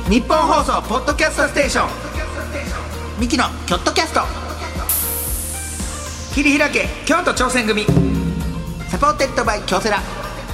日本放送ポッドキャストステーションミキのキョットキャスト。切り開け京都挑戦組サポーテッドバイ京セラ。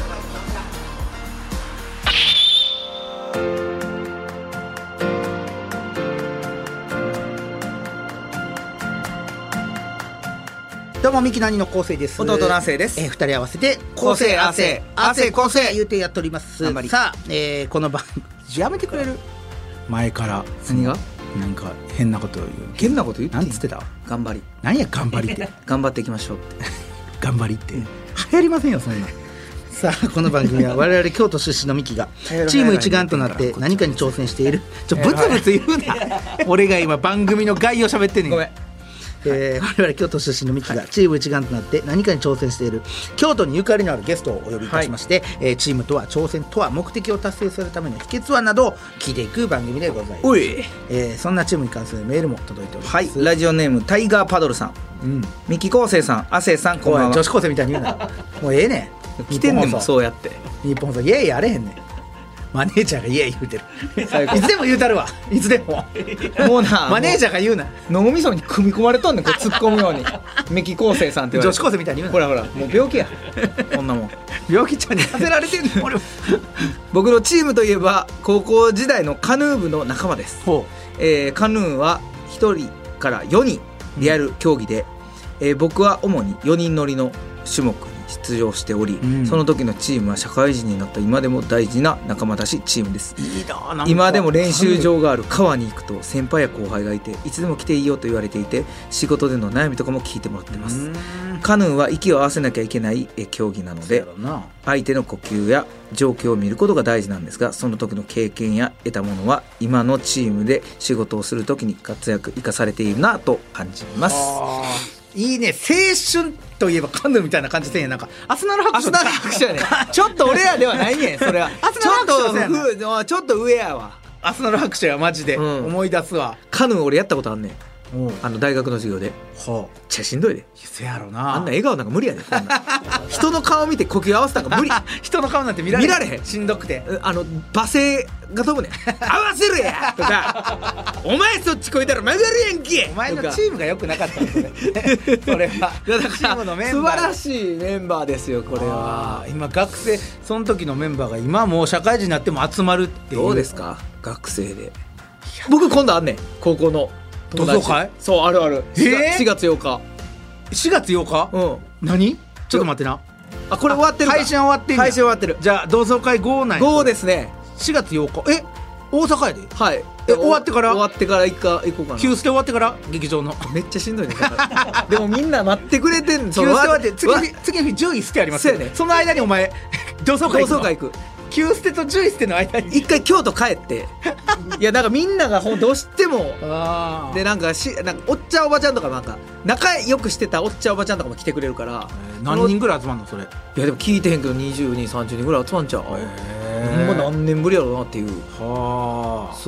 どうもミキの兄の昴生です。 弟の亜生です。 二人合わせて昴生亜生亜生昴生言うてやっております。さあ、この番組やめてくれる。前から何がなんか変なことを言う。 変なこと言ってなんつってた。 頑張り。 何や頑張りって頑張っていきましょうって頑張りって、流行りませんよそんな。さあこの番組は我々京都出身のミキがチーム一丸となって何かに挑戦している。ブツブツ言うな俺が今番組の概要喋ってんねん。 ごめん。 我々京都出身のミキがチーム一丸となって何かに挑戦している京都にゆかりのあるゲストをお呼びいたしまして、チームとは挑戦とは目的を達成するための秘訣はなどを聞いていく番組でございます。 おい、 そんなチームに関するメールも届いております。 はい、ラジオネームタイガーパドルさん、ミキ昴生さん、亜生さん、こんばんは。 女子高生みたいに言うなもうええねん。 来てんねんもんそうやって日本放送イエーイやれへんねん。マネージャーがイエーイ言うてるいつでも言うたるわ。いつでももうなマネージャーが言うな。 脳みそに組み込まれとんねんこう突っ込むようにミキ昴生さんって言われ女子高生みたいに言うな。 ほらほらもう病気やこんなもん病気ちゃんにさせられてんの俺僕のチームといえば高校時代のカヌー部の仲間です。 ほカヌーは1人から4人でやる競技で、僕は主に4人乗りの種目に出場しており、その時のチームは社会人になった今でも大事な仲間だしチームです。 いいな。なんか今でも練習場がある川に行くと先輩や後輩がいていつでも来ていいよと言われていて仕事での悩みとかも聞いてもらってます。カヌーは息を合わせなきゃいけない競技なので相手の呼吸や状況を見ることが大事なんですが、その時の経験や得たものは今のチームで仕事をする時に活躍生かされているなと感じます。 いいね。青春といえばカヌーみたいな感じで、なんかアスナル白書。 アスナル白書やねちょっと俺らではないねんそれはアスナル白書ちょっと上やわ。 アスナル白書やマジで、思い出すわ。 カヌー俺やったことあんねん。大学の授業で。めっちゃしんどいで。 せやろな。 あんな笑顔なんか無理やでこんな人の顔見て呼吸合わせたんか無理人の顔なんて見られへんしんどくて罵声が飛ぶねん合わせるやとかお前そっちこいたら曲がるやんけ。 お前のチームが良くなかったんですねそれはだからチームのメンバー素晴らしいメンバーですよこれは。 今学生その時のメンバーが今もう社会人になっても集まるっていう。 どうですか学生で。僕今度あんねん高校の同窓会。 そうあるある、4月8日 4月8日、何ちょっと待ってな。 あこれ終わってるか。 配信終わってんだ。 配信終わってる。 じゃあ同窓会5なんや。 5ですね。 4月8日大阪やで。 はい。 終わってから行こうかな。 休捨で終わってから劇場のめっちゃしんどいねでもみんな待ってくれてんの。 休捨終わって次の日10位捨てありますよね。その間にお前同窓会行く。9捨てと10捨ての間に一回京都帰っていやなんかみんながどうしてもでなんかおっちゃんおばちゃんとかなんか仲良くしてたおっちゃんおばちゃんとかも来てくれるから。 何人ぐらい集まんのそれ。いやでも聞いてへんけど20人30人ぐらい集まんちゃう。ほんま何年ぶりやろうなっていう。 はあ。 そう。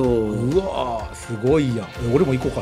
うわすごいやん。俺も行こうかな。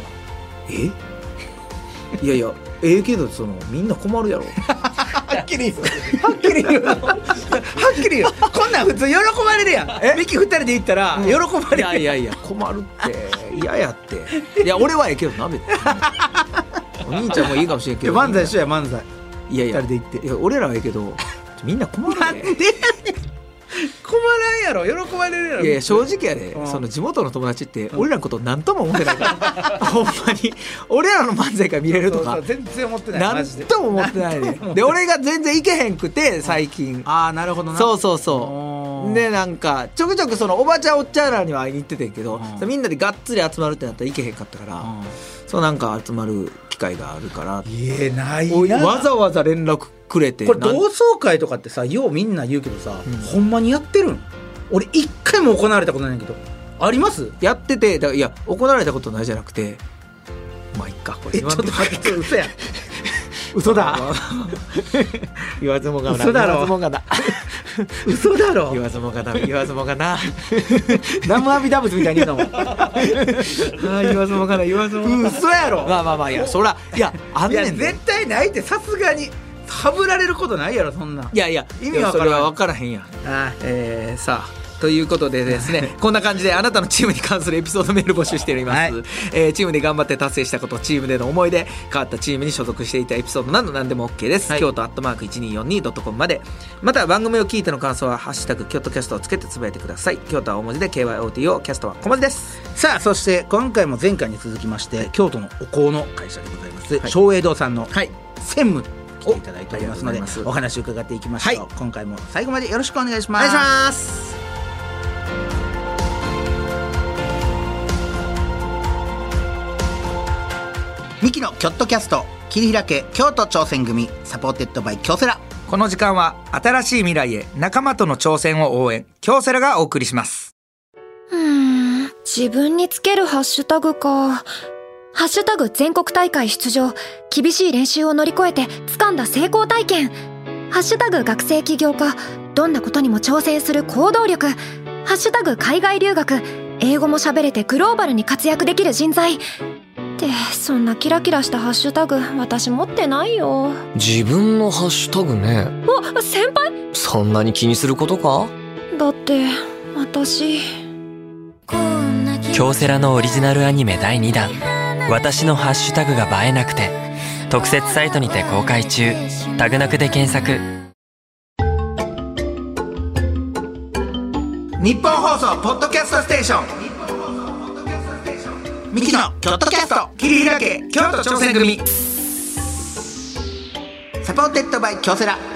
いやいやけどみんな困るやろはっきり言うはっきり言うはっきり言うこんなん普通喜ばれるやん。ミキ2人で行ったら喜ばれる。 いや困るって嫌やっていや俺はけどな別にお兄ちゃんもいいかもしれんけど漫才しようや漫才。 いや 2人で行って。 いや俺らはけどみんな困る。 なんで困らんやろ喜ばれるやろ。 いや正直やで、その地元の友達って俺らのこと何とも思ってないからほんまに俺らの漫才が見れるとか全然思ってない。 何とも思ってないで俺が全然行けへんくて最近。 ああなるほどな。 そうでなんかちょくちょくおばちゃんおっちゃんらには会いに行っててんけど、みんなでがっつり集まるってなったら行けへんかったから、そうなんか集まる機会があるからないな。 わざわざ連絡くれて。 これ同窓会とかってさようみんな言うけどさ、ほんまにやってるん。俺一回も行われたことないんだけどあります。 やってていや行われたことないじゃなくてまあいっかこれちょっと待って嘘や嘘だ言わずもがな嘘だろ言わずもがな嘘だろ言わずもがな言わずもがなナムアビダブスみたいに言うのも言わずもがな言わずもがな嘘やろ。 まあいやそらいやあんねん。 いや絶対ないってさすがにはぶられることないやろそんな。 いや意味わからん。それは分からへんやん。さあということでですねこんな感じであなたのチームに関するエピソードメール募集しております、 はいチームで頑張って達成したこと、チームでの思い出、変わったチームに所属していたエピソードなど何でも OK です、 はい、 京都@1242.com まで。また番組を聞いての感想はハッシュタグ京都キャストをつけてつぶやいてください。京都は大文字で KYOTO、 キャストは小文字です。 さあそして今回も前回に続きまして京都のお香の会社でございます、松栄堂さんの専務来ていただいておりますので、お話を伺っていきましょう、はい、今回も最後までよろしくお願いします。 お願いします。 ミキのキョットキャスト、切り開け京都挑戦組、サポーテッドバイ京セラ。 この時間は新しい未来へ、仲間との挑戦を応援、京セラがお送りします。 自分につけるハッシュタグか。ハッシュタグ全国大会出場、厳しい練習を乗り越えて掴んだ成功体験。ハッシュタグ学生起業家、どんなことにも挑戦する行動力。ハッシュタグ海外留学、英語も喋れてグローバルに活躍できる人材。ってそんなキラキラしたハッシュタグ私持ってないよ。 自分のハッシュタグね。 お、先輩？ そんなに気にすることか？ だって私京セラのオリジナルアニメ第2弾、私のハッシュタグが映えなくて、特設サイトにて公開中。タグなくで検索。 日本放送ポッドキャストステーション、ミキのキョットキャスト、 切り開け京都挑戦組、 サポーテッドバイ京セラ。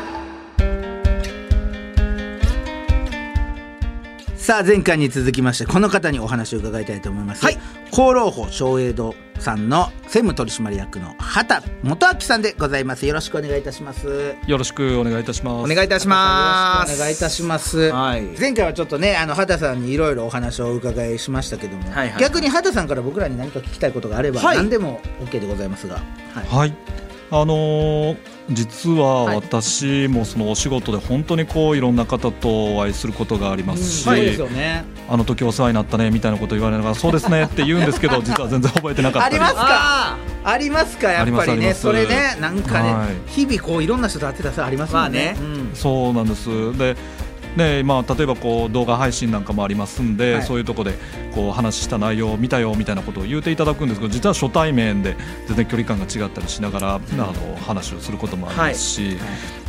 さあ前回に続きましてこの方にお話を伺いたいと思います、はい、厚労法松栄堂さんの専務取締役の畑元明さんでございます。よろしくお願いいたします。 よろしくお願いいたします。 お願いいたします。 お願いいたします、はい、前回はちょっとね畑さんにいろいろお話をお伺いしましたけども、はいはいはい、逆に畑さんから僕らに何か聞きたいことがあれば、はい、何でも OK でございますが、 はい、はい、実は私もそのお仕事で本当にこういろんな方とお会いすることがありますし、 そうですよね、 あの時お世話になったねみたいなこと言われながらそうですねって言うんですけど実は全然覚えてなかったり。 ありますか？ありますか？やっぱりね、それね、なんかね、はい、日々こういろんな人と会ってたらありますもんね、まあね、 そうなんです。でね、まあ、例えばこう動画配信なんかもありますんで、はい、そういうところでこう話した内容を見たよみたいなことを言っていただくんですけど、実は初対面で全然距離感が違ったりしながら、話をすることもありますし、はいはい、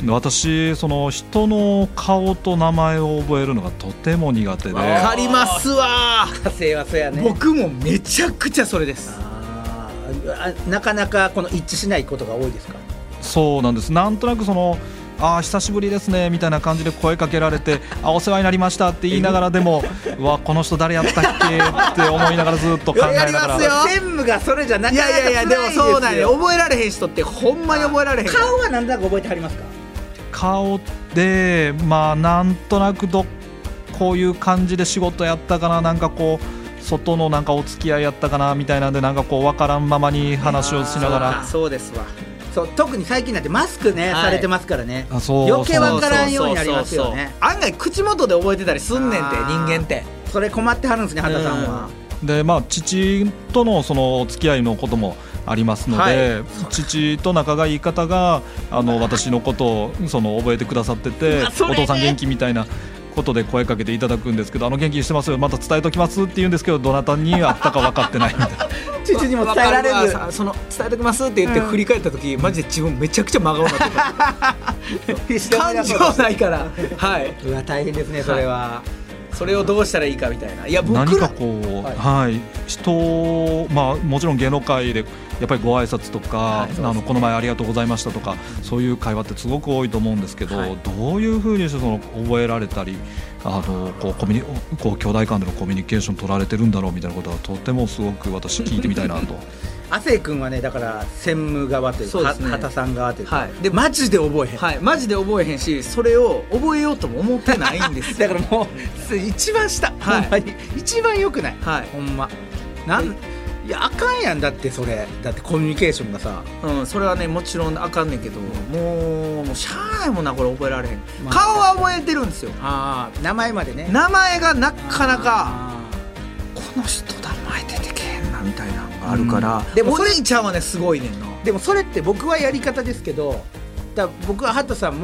私その人の顔と名前を覚えるのがとても苦手で。 わかりますわ。 せはそやね。 僕もめちゃくちゃそれです。 なかなかこの一致しないことが多いですか？ そうなんです。なんとなくその久しぶりですねみたいな感じで声かけられてお世話になりましたって言いながらでもうわこの人誰やったっけって思いながらずっと考えながら。 専務がそれじゃなかなか辛いですよ。 でもそうなんで覚えられへん人ってほんまに覚えられへん。 顔は何となく覚えてはりますか？ 顔でまあなんとなくこういう感じで仕事やったかな、なんかこう外のなんかお付き合いやったかなみたいなんでなんかこう分からんままに話をしながら。 そうですわ。そう特に最近なんてマスクね、されてますからね、余計分からんようになりますよね。 案外口元で覚えてたりすんねんて人間って。 それ困ってはるんですね畑さんは。 でまあ父とのそのお付き合いのこともありますので、はい、父と仲がいい方が私のことを覚えてくださってて、お父さん元気みたいなことで声かけていただくんですけど、元気にしてますよまた伝えときますって言うんですけど、どなたにあったか分かってないみたいな。 父にも伝えられず伝えときますって言って振り返った時、マジで自分めちゃくちゃ真顔になってた。感情ないから、はい、 うわ大変ですねそれは。 それをどうしたらいいかみたいな。いや僕ら何かこう、はい人、まあ、もちろん芸能界でやっぱりご挨拶とか、はい、この前ありがとうございましたとかそういう会話ってすごく多いと思うんですけど、はい、どういうふうにして覚えられたりこう兄弟間でのコミュニケーション取られてるんだろうみたいなことはとてもすごく私聞いてみたいなと。 亜生君はねだから専務側というか畑さん側というか、 はい、でマジで覚えへん、はい、マジで覚えへんしそれを覚えようとも思ってないんですだからもう一番下、はい、ほんまに一番良くない、はい、ほんまいやあかんやん。だってそれだってコミュニケーションがさ、 それはねもちろんあかんねんけど、もうしゃあないもんなこれ覚えられへん、顔は覚えてるんですよ。 名前までね。 名前がなかなかこの人名前出てけへんなみたいなのがあるから、でもお兄ちゃんはねすごいねんな。 でもそれって僕はやり方ですけど、僕は畑さんも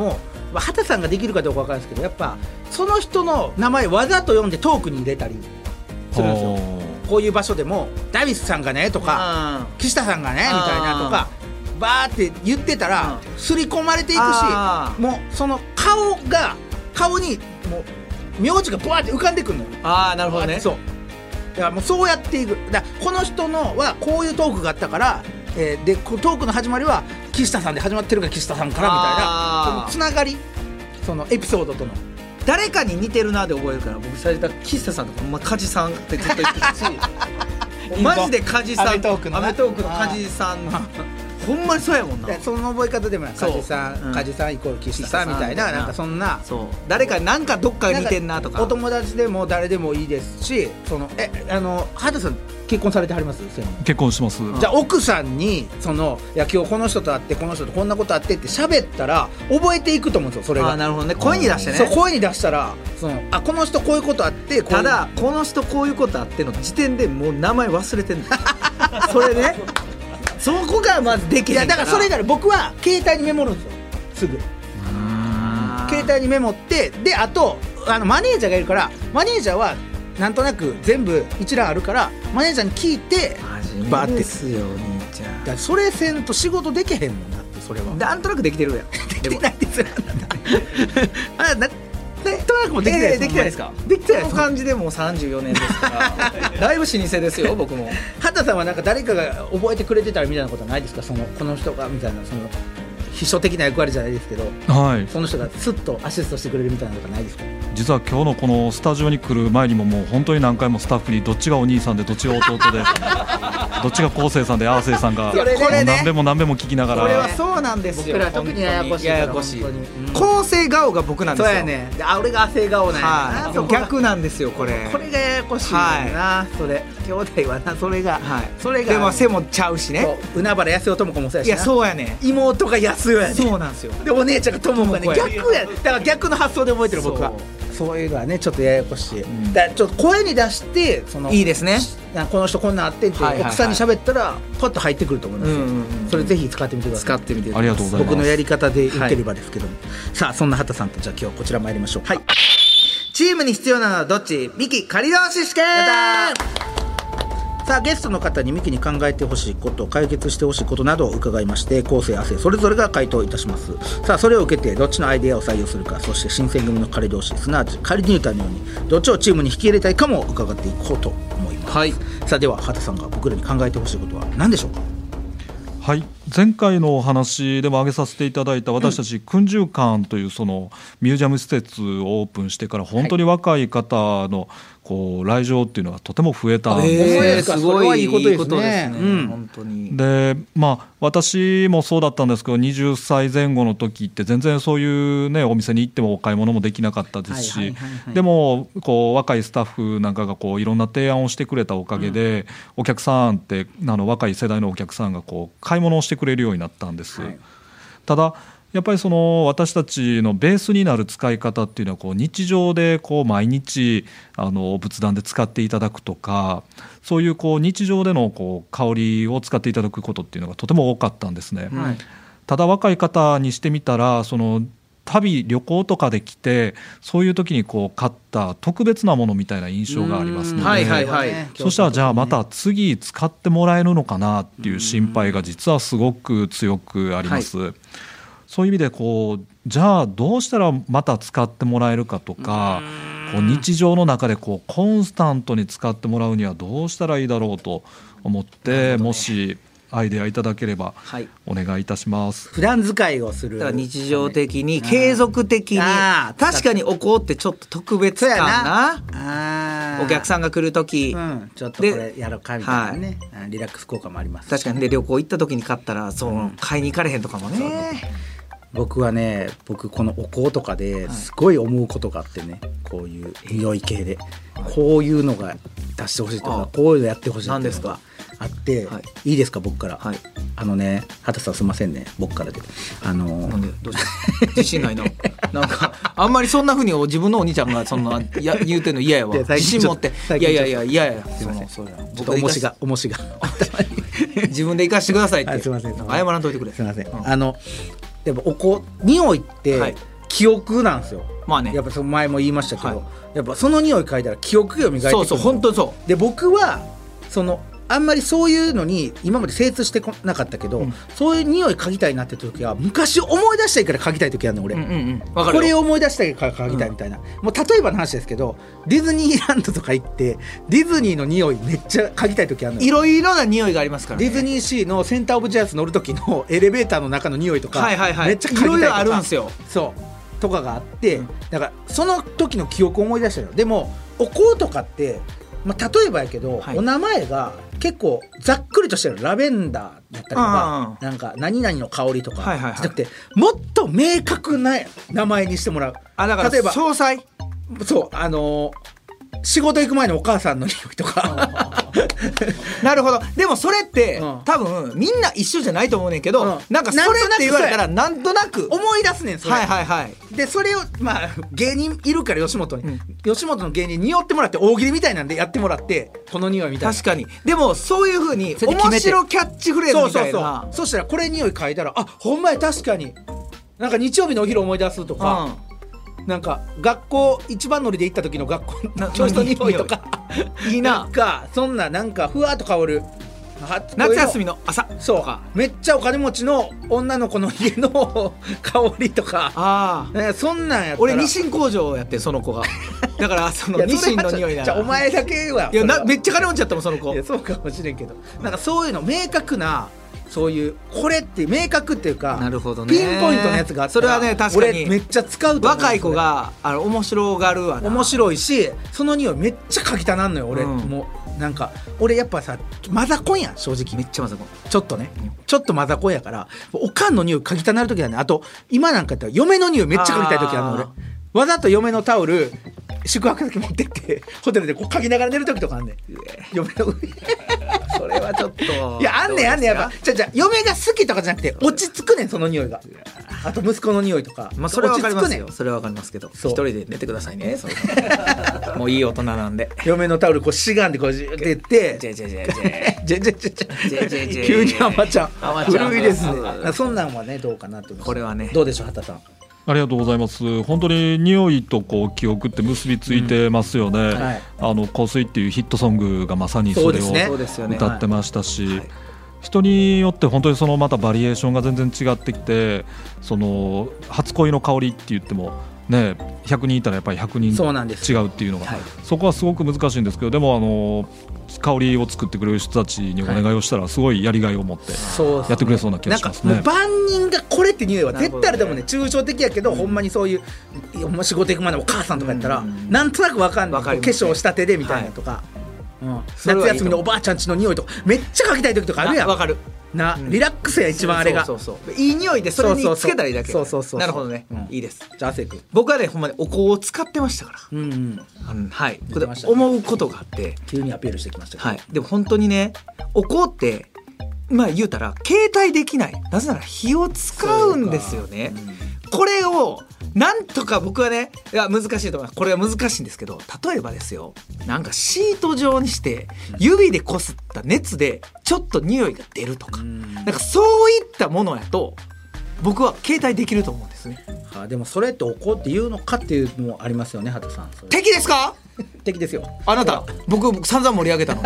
畑さんができるかどうか分からないですけど、やっぱその人の名前わざと読んでトークに入れたりするんですよ。こういう場所でもダビスさんがねとか岸田さんがねみたいなとかバーって言ってたら刷り込まれていくし、もうその顔にもう名字がブワーって浮かんでくるのよ。 なるほどね。 そうだからもうそうやっていく。だからこの人のはこういうトークがあったから、でトークの始まりは岸田さんで始まってるから岸田さんからみたいな、そのつながり、そのエピソードとの誰かに似てるなで覚えるから、僕最初だ岸田さんとかほんま梶さんってずっと言ってたしマジで梶さん、アメトークの梶さんほんまにそうやもんな。 その覚え方でも梶さんイコール岸田さんみたいな、なんかそんな、 そう誰かなんかどっか似てんなとか、 お友達でも誰でもいいですし、その畑さん結婚されてはります？ 結婚します。 じゃあ奥さんにいや今日この人と会ってこの人とこんなことあってって喋ったら覚えていくと思うんですよ。それがなるほどね。声に出してね。 そう声に出したらこの人こういうことあってただこの人こういうことあっての時点でもう名前忘れてんのそれねそこがまずできない。 いやだからそれなら僕は携帯にメモるんですよ。すぐ携帯にメモって、であとマネージャーがいるから、マネージャーはなんとなく全部一覧あるからマネージャーに聞いてバーってですよ兄ちゃん。 だからそれせんと仕事できへんもんだって。それはなんとなくできてるやんできてないですよなんとなくもできてないできてないですか？ できてないです。 この感じでもう34年ですからだいぶ老舗ですよ僕も。 畑さんはなんか誰かが覚えてくれてたらみたいなことはないですか？この人がみたいな、秘書的な役割じゃないですけど、 はい、 その人がスッとアシストしてくれるみたいなことはないですか？ 実は今日のこのスタジオに来る前にももう本当に何回もスタッフにどっちがお兄さんでどっちが弟でどっちが昴生さんでアーセイさんがこれね何べも何べも聞きながら、 これはそうなんですよ。 僕ら特にややこしいから本当に昴生顔が僕なんですよ。 そうやね。俺が亜生顔なんやな。 逆なんですよこれがややこしいな。それ兄弟はな、それがでも背もちゃうしね。 海原康代智子もそうやしな。 いやそうやね。 妹が康代やね。 そうなんですよ。 でお姉ちゃんが智子やね。逆や。だから逆の発想で覚えてる僕は。そういうのはねちょっとややこしい。だからちょっと声に出していいですね。 この人こんなんあってって奥さんに喋ったらパッと入ってくると思いますよ。それぜひ使ってみてください。 使ってみてください。 ありがとうございます。 僕のやり方で言ってればですけども、さあそんな畑さんとじゃあ今日こちら参りましょう。はい。 チームに必要なのはどっち？ミキ仮同士試験。 さあゲストの方にミキに考えてほしいこと、解決してほしいことなどを伺いまして、昴生亜生それぞれが回答いたします。さあそれを受けてどっちのアイデアを採用するか、そして新選組の仮同士、すなわち仮入隊のようにどっちをチームに引き入れたいかも伺っていこうと思います。 はい。 さあでは畑さんが僕らに考えてほしいことは何でしょうか？ はい、前回のお話でも挙げさせていただいた私たち訓従館というそのミュージアム施設をオープンしてから本当に若い方のこう来場っていうのがとても増えたんですすごいいいことですね。本当に。 で私もそうだったんですけど、20歳前後の時って全然そういうねお店に行ってもお買い物もできなかったですし、でもこう若いスタッフなんかがこういろんな提案をしてくれたおかげで、お客さんって若い世代のお客さんがこう買い物をしてくれるようになったんです。ただやっぱりその私たちのベースになる使い方っていうのはこう日常でこう毎日仏壇で使っていただくとか、そういうこう日常でのこう香りを使っていただくことっていうのがとても多かったんですね。ただ若い方にしてみたら、その旅行とかで来てそういう時にこう買った特別なものみたいな印象がありますので、そしたらじゃあまた次使ってもらえるのかなっていう心配が実はすごく強くあります。そういう意味でこうじゃあどうしたらまた使ってもらえるかとか、こう日常の中でこうコンスタントに使ってもらうにはどうしたらいいだろうと思って、もしアイデアいただければお願いいたします。 普段使いをする。 だから日常的に継続的に、確かにお香ってちょっと特別感な。お客さんが来る時、 ちょっとこれやろうかみたいなね、リラックス効果もあります。 確かに。で旅行行った時に買ったら買いに行かれへんとかもね。 僕はね、このお香とかですごい思うことがあってね、こういう匂い系でこういうのが出してほしいとか、こういうのやってほしいっていうのがあって、いいですか僕から。畑さんすいませんね、僕からで。 なんでどうした自信ないな。なんかあんまりそんな風に自分のお兄ちゃんがそんな言うてんの嫌やわ。自信持って。いや嫌や。 すいません。ちょっと重しが自分で生かしてくださいって。 すいません。 謝らんといてくれ。 すいません。でもお香匂いって、 記憶なんですよ。 まあねやっぱその前も言いましたけど、 はいやっぱその匂い嗅いだら記憶が磨いてくる。 そう本当そうで僕はそのあんまりそういうのに今まで精通してこなかったけど、そういう匂い嗅ぎたいなって時は昔思い出したいから嗅ぎたい時あるの俺、 わかるよこれを思い出したいから嗅ぎたいみたいな、もう例えばの話ですけどディズニーランドとか行ってディズニーの匂いめっちゃ嗅ぎたい時あるのよ。 いろいろな匂いがありますからね。 ディズニーシーのセンターオブジャイアンツ乗る時のエレベーターの中の匂いとか、 はいはいはい、 めっちゃ嗅ぎたいとかいろいろあるんですよ。 そうとかがあって、だからその時の記憶を思い出したのよ。でもお香とかって、まあ、例えばやけど、お名前が結構ざっくりとしてるラベンダーだったりとか、なんか何々の香りとかじゃなくて、もっと明確な名前にしてもらう。 だから例えば詳細、 そう仕事行く前のお母さんの匂いとかなるほど。でもそれって、多分みんな一緒じゃないと思うねんけど、なんかそれって言われたらなんとなく思い出すねんそれ。でそれをまあ芸人いるから吉本に、吉本の芸人に匂ってもらって大喜利みたいなんでやってもらってこの匂いみたいな。 確かに。でもそういう風に面白キャッチフレーズみたいな。 そしたらこれ匂い嗅いだらほんまや確かになんか日曜日のお昼思い出すとか、なんか学校一番乗りで行った時の学校の教室の匂いとかいいな。 なんかそんななんかふわっと香る夏休みの朝そうめっちゃお金持ちの女の子の家の香りとか、そんなんやったら俺ニシン工場やってその子がだからそのニシンの匂いならお前だけはめっちゃ金持ちやったもんその子。 いやそうかもしれんけど、なんかそういうの明確なそういうこれって明確っていうか、 なるほどね、 ピンポイントのやつがあったらそれはね確かに俺めっちゃ使うと思う。 若い子が面白がるわな。 面白いしその匂いめっちゃ嗅ぎたなんのよ俺、もうなんか俺やっぱさマザコンやん正直。 めっちゃマザコンちょっとね、ちょっとマザコンやからおかんの匂い嗅ぎたなる時だね。あと今なんかやったら嫁の匂いめっちゃ嗅ぎたい時あるの俺。わざと嫁のタオル宿泊先持ってってホテルでこう嗅ぎながら寝る時とかあんねん。嫁のそれはちょっといやあんねんやっぱ嫁が好きとかじゃなくて落ち着くねんその匂いが。あと息子の匂いとか、 まあそれは分かりますよ。それは分かりますけど一人で寝てくださいねもういい大人なんで。 嫁のタオルこうしがんでこうジュって言って急にあまちゃん古いですね。そんなんはねどうかなと思います。 これはねどうでしょう畑さん。 ありがとうございます。本当に匂いとこう記憶って結びついてますよね、香水っていうヒットソングがまさにそれを歌ってましたし、人によって本当にそのまたバリエーションが全然違ってきて、その初恋の香りって言ってもね100人いたらやっぱり100人違うっていうのが、そこはすごく難しいんですけど、でも香りを作ってくれる人たちにお願いをしたらすごいやりがいを持ってやってくれそうな気がしますね。 なんかもう万人がこれって匂いは絶対あると思うね。抽象的やけど、ほんまにそういう仕事行くまでお母さんとかやったら、なんとなく分かんない、化粧したてでみたいなとか、夏休みのおばあちゃん家の匂いとかめっちゃ嗅ぎたい時とかあるやん。 分かるな、リラックスや一番あれがいい匂いでそれにつけたらいいだけ。なるほどね、いいです。 じゃあ亜生君。 僕はねほんまにお香を使ってましたから、はい思うことがあって。 急にアピールしてきましたけど、 でも本当にねお香ってまあ言うたら携帯できない、なぜなら火を使うんですよね。これをなんとか僕はね難しいと思います。これは難しいんですけど、例えばですよ、なんかシート状にして指でこすった熱でちょっと匂いが出るとか、なんかそういったものやと僕は携帯できると思うんですね。 でもそれってお香って言うのかっていうのもありますよね畑さん。 敵ですか？ 敵ですよあなた。僕散々盛り上げたの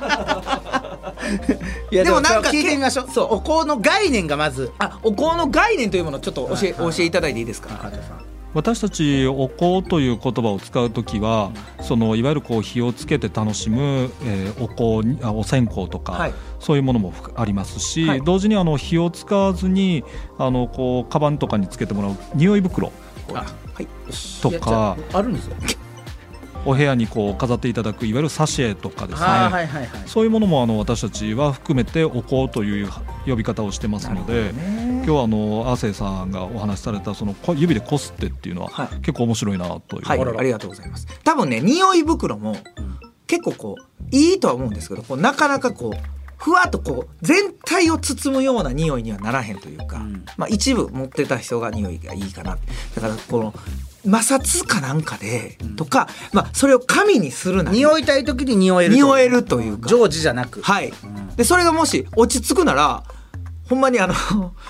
いやでもなんか聞いてみましょう。お香の概念がまずお香の概念というものをちょっと教えいただいていいですか？ 私たちお香という言葉を使うときは、そのいわゆるこう火をつけて楽しむ、お香お線香とか、そういうものもありますし、同時に火を使わずにこうカバンとかにつけてもらう匂い袋とかあるんですよ。 お部屋にこう飾っていただくいわゆるサシェとかですね、そういうものも私たちは含めてお香という呼び方をしてますので、今日は亜生さんがお話しされたその指でこすってっていうのは結構面白いなという、 ありがとうございます。多分ね匂い袋も結構こういいとは思うんですけど、こうなかなかこうふわっとこう全体を包むような匂いにはならへんというか、まあ一部持ってた人が匂いがいいかな。だからこの摩擦かなんかでとか、まあそれを紙にするなり匂いたい時に匂えるというか、 常時じゃなく、 でそれがもし落ち着くならほんまに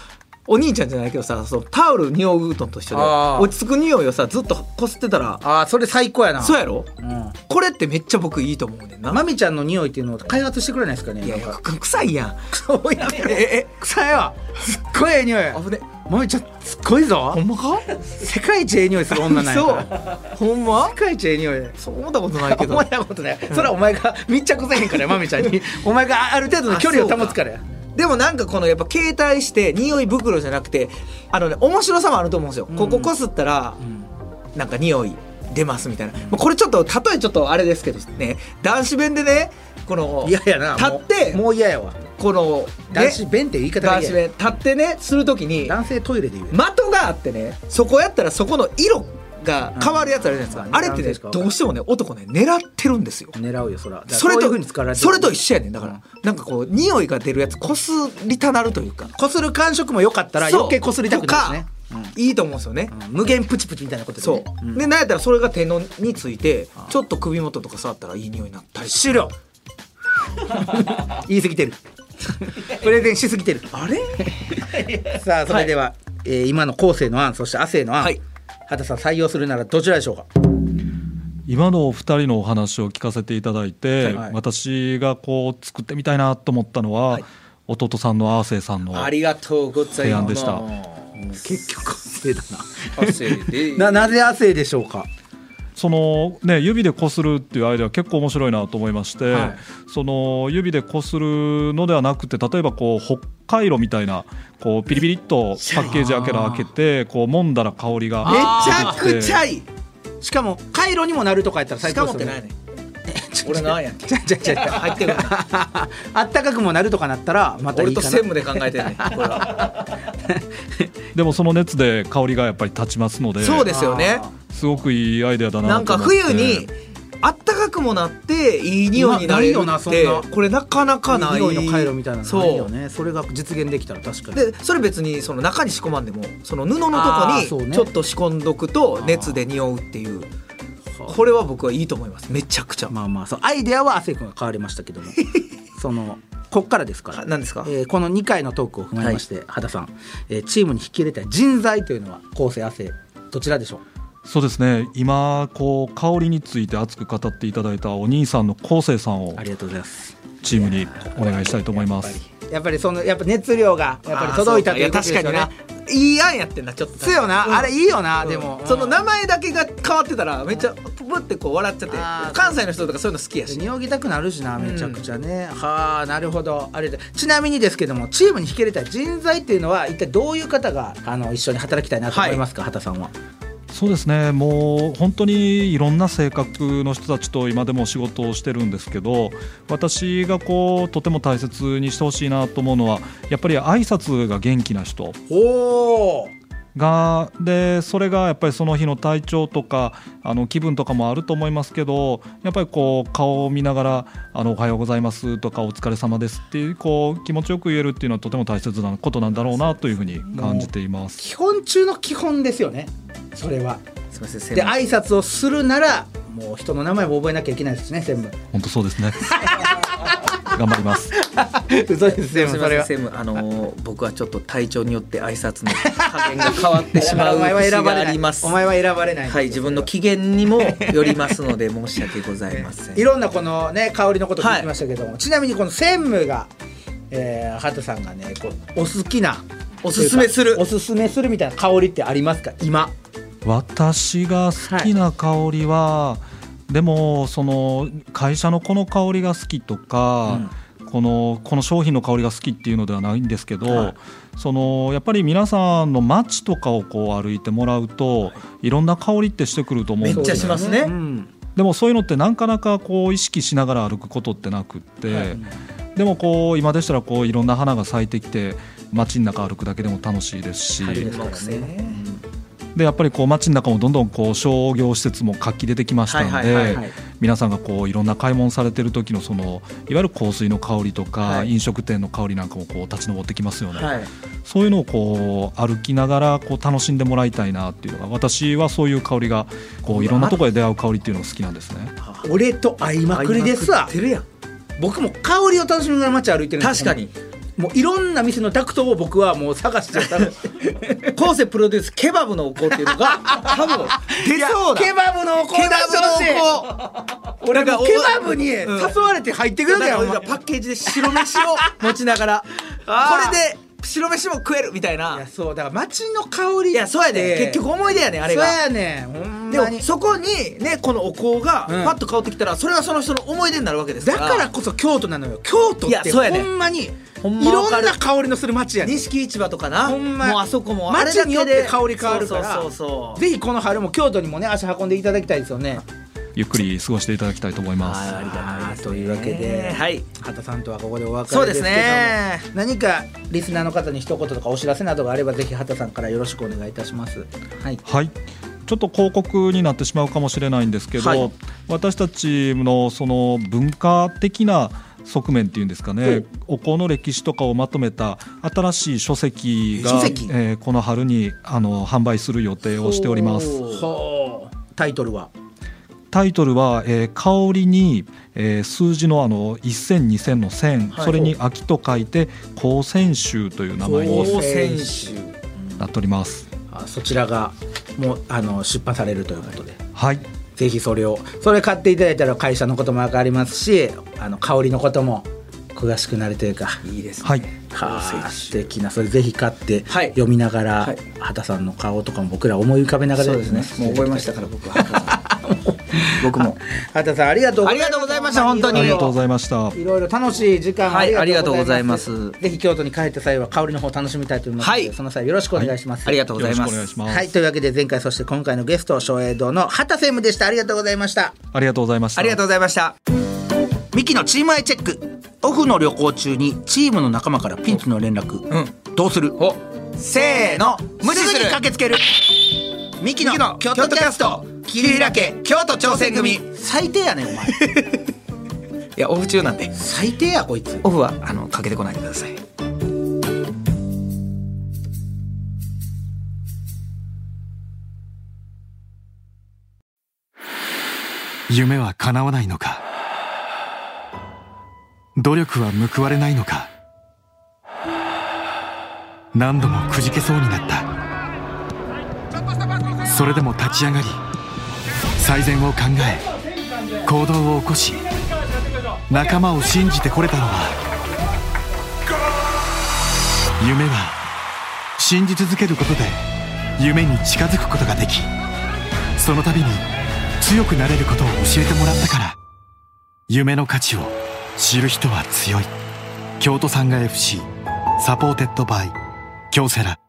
お兄ちゃんじゃないけどさ、そのタオル匂うのと一緒で落ち着く匂いをさずっとこすってたら、 ああそれ最高やな。 そうやろ、 うん、 これってめっちゃ僕いいと思うねんな。 マミちゃんの匂いっていうのを開発してくれないですかね。 いやいや臭いやん。 そうやめ臭いわ。すっごいええ匂い。 危ね。 マミちゃんすっごいぞ。 ほんまか？ 世界一ええ匂いする女なんやから。 そうほんま？ 世界一ええ匂い。 そう思ったことないけど。 思ったことない。それはお前が密着せへんからマミちゃんに。お前がある程度の距離を保つからや。 でもなんかこのやっぱ携帯して匂い袋じゃなくて面白さもあると思うんですよ、こここすったらなんか匂い出ますみたいな、これちょっと例えちょっとあれですけどね、男子弁でねこの嫌やな。 立ってもう嫌やわ。 この男子弁って言い方が男子弁立ってねするときに男性トイレで言う的があってね、そこやったらそこの色が変わるやつあるじゃないですか、あれってねどうしてもね男ね狙ってるんですよ。 狙うよそら。 それとそれと一緒やねん。だから、 うん、 なんかこう匂いが出るやつこすりたなるというか、 こする感触も良かったら余計こすりたくなるね、 いいと思うんですよね、 無限プチプチみたいなことで、ね、 そう、でなんやったらそれが手のについてちょっと首元とか触ったらいい匂いになったり。 終了言い過ぎてるプレゼンしすぎてる。 あれさあそれでは、今の後世の案そして亜生の案、畑さん採用するならどちらでしょうか。 今のお二人のお話を聞かせていただいて、 はい、 私がこう作ってみたいなと思ったのは、弟さんの亜生さんのありがとうございます提案でした。 結局亜生だ亜生でなぜ亜生でしょうか。 そのね、指でこするっていうアイデア結構面白いなと思いまして、その指でこするのではなくて、例えばこう北海道みたいなこうピリピリっとパッケージ開けてこう揉んだら香りがめちゃくちゃいい。 しかも回路にもなるとかやったら最高ですよね。 俺の案やんけ。入ってるあったかくもなるとかなったらまたいいかな。 俺と専務で考えてねこれはでもその熱で香りがやっぱり立ちますので、 そうですよね。 すごくいいアイデアだなと思って。 なんか冬にあったかくもなっていい匂いになれるってこれなかなかない。 匂いの回路みたいなのないよね。それが実現できたら確かに。 でそれ別にその中に仕込まんでもその布のとこにちょっと仕込んどくと熱で匂うっていう。これは僕はいいと思います。めちゃくちゃ。 まあまあそうアイデアは亜生君が変わりましたけどもそのこっからですから。 何ですか、 この2回のトークを踏まえまして、畑さん、チームに引き入れたい人材というのは後世亜生どちらでしょう。 そうですね、今こう香りについて熱く語っていただいたお兄さんの昴生さんをありがとうございますチームにお願いしたいと思います。 やっぱり熱量がやっぱり届いたということですよね。 確かにないい案やってんな。ちょっとそうよな、あれいいよな、でもその名前だけが変わってたらめっちゃブってこう笑っちゃって、関西の人とかそういうの好きやし匂ぎたくなるしな、めちゃくちゃね、はあなるほど。あれでちなみにですけどもチームに引き入れたい人材っていうのは一体どういう方が一緒に働きたいなと思いますか、畑さんは。 そうですね、もう本当にいろんな性格の人たちと今でも仕事をしてるんですけど、私がこうとても大切にしてほしいなと思うのはやっぱり挨拶が元気な人がで、それがやっぱりその日の体調とか気分とかもあると思いますけど、やっぱりこう顔を見ながらおはようございますとかお疲れ様ですっていうこう気持ちよく言えるっていうのはとても大切なことなんだろうなというふうに感じています。 基本中の基本ですよねそれは。 すみません。 で挨拶をするならもう人の名前も覚えなきゃいけないですね専務。 本当そうですね頑張ります嘘です専務。それは専務僕はちょっと体調によって挨拶の加減が変わってしまう節がありますお前は選ばれない。 はい、自分の機嫌にもよりますので申し訳ございません。 いろんなこのね香りのこと聞きましたけども、ちなみにこの専務が畑さんがねこうお好きなおすすめするみたいな香りってありますか今。 私が好きな香りは、でもその会社のこの香りが好きとか、この商品の香りが好きっていうのではないんですけど、そのやっぱり皆さんの街とかをこう歩いてもらうと、いろんな香りってしてくると思うんですよ。 めっちゃしますね、 でもそういうのってなかなかこう意識しながら歩くことってなくって、でもこう今でしたらこういろんな花が咲いてきて街の中歩くだけでも楽しいですし、でやっぱりこう街の中もどんどんこう商業施設も活気出てきましたので、皆さんがこういろんな買い物されてる時のそのいわゆる香水の香りとか、飲食店の香りなんかもこう立ち上ってきますよね、そういうのをこう歩きながらこう楽しんでもらいたいなっていうのが、私はそういう香りがこういろんなところで出会う香りっていうのが好きなんですね。 俺と合いまくりですわ。僕も香りを楽しみながら街歩いてるんです。 確かにもういろんな店のタクトを僕はもう探して多分昴生プロデュースケバブのお香っていうのが多分出そうだ。 ケバブのお香出してほしい。俺がケバブに誘われて入ってくるから、 パッケージで白飯を持ちながらこれで白飯も食えるみたいな。 いやそうだから街の香りいやそうやね、結局思い出やねあれが。 そうやねほんでまに。 もそこにねこのお香がパッと香ってきたら、それはその人の思い出になるわけですかだら。 からこそ京都なのよ。京都ってほんまにいろんな香りのする街やねん。 錦市場とかな、 ほんまもうあそこも街によって香り変わるから、 そうぜひこの春も京都にもね足運んでいただきたいですよね。 ゆっくり過ごしていただきたいと思います。 ありがたいですね。 というわけで、 はい、 畑さんとはここでお別そうでれですすけども、 ね。 何かリスナーの方に一言とかお知らせなどがあればぜひ畑さんからよろしくお願いいたします。はい、 はい、ちょっと広告になってしまうかもしれないんですけど、はい、私たちのその文化的な側面っていうんですかね、お香の歴史とかをまとめた新しい書籍がこの春に販売する予定をしております。 タイトルは香りに、数字の1000、2000の1000、はい、それに秋と書いて香泉集という名前になっております。 そちらがもう出版されるということで、 はい、 ぜひそれ買っていただいたら会社のことも分かりますし、香りのことも詳しくなるというか。 いいですね。 はい、 素敵な。それぜひ買って読みながら、はい、畑さんの顔とかも僕ら思い浮かべながらですね。もう覚えましたから僕は僕も畑さんありがとうございました。本当にありがとうございました。 いろいろ楽しい時間ありがとうございます。 ぜひ京都に帰った際は香りの方楽しみたいと思いますので、はい、その際よろしくお願いします。 ありがとうございます。 はい、というわけで前回そして今回のゲスト松栄堂の畑専務でした。ありがとうございました。 ありがとうございました。 ありがとうございました。 ミキのチームアイチェック。オフの旅行中にチームの仲間からピンチの連絡、どうする？ せーの、無視する。 駆けつける。ミキの京都キャスト切り開け京都挑戦組。最低やねんお前いやオフ中なんで。 最低やこいつ。 オフはかけてこないでください。 夢は叶わないのか、努力は報われないのか、何度もくじけそうになった。それでも立ち上がり最善を考え行動を起こし仲間を信じてこれたのは、夢は信じ続けることで夢に近づくことができ、その度に強くなれることを教えてもらったから。夢の価値を知る人は強い。京都サンガ FC サポーテッドバイ京セラ。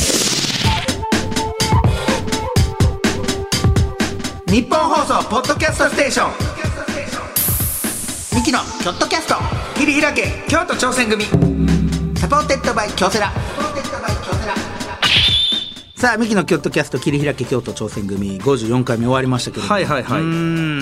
日本放送ポッドキャストステーションミキの京都キャスト切り開け京都挑戦組サポーテッドバイ京セラ。さあミキの京都キャスト切り開け京都挑戦組54回目終わりましたけど、 はいはいはい、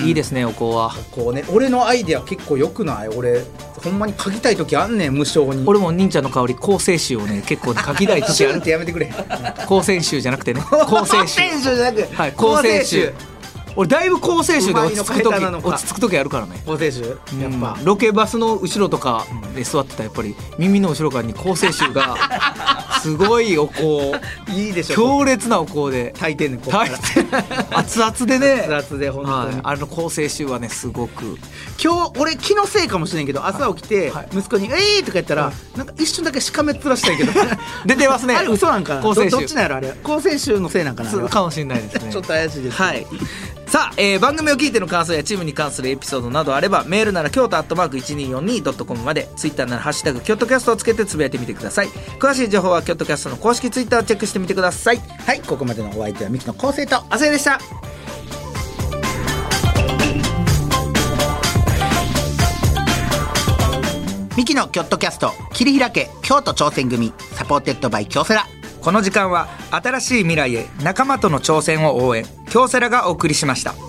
いいですねお香は。 こうね、俺のアイデア結構よくない？俺ほんまに書きたい時あんねん無償に。 俺も忍者の香り香水集をね結構書きたい時あるってやめてくれ香水集じゃなくてね香水集じゃなくはい、香水集。俺だいぶ香水集で落ち着く時あるからね。 香水集やっぱ、 ロケバスの後ろとかで座ってたらやっぱり耳の後ろ側に香水集がすごいお香いいでしょ。 強烈なお香で炊いてんねん。 熱々でね。 熱々で本当に、 はい、香水集はねすごく。 俺気のせいかもしれんけど朝起きて息子に「とか言ったら、なんか一瞬だけしかめっ面したんやけど出てますね。 あれ嘘なんかな。 香水集どっちなんやろあれ。香水集のせいなんかな。 かもしれないですねちょっと怪しいです、 はい。さあ、番組を聞いての感想やチームに関するエピソードなどあればメールなら京都@1242.com まで、ツイッターならハッシュタグ京都キャストをつけてつぶやいてみてください。詳しい情報は京都キャストの公式ツイッターをチェックしてみてください。 はい、ここまでのお相手はミキの昴生と亜生でした。 ミキの京都キャスト切り開け京都挑戦組サポーテッドバイ京セラ。 この時間は新しい未来へ仲間との挑戦を応援京セラがお送りしました。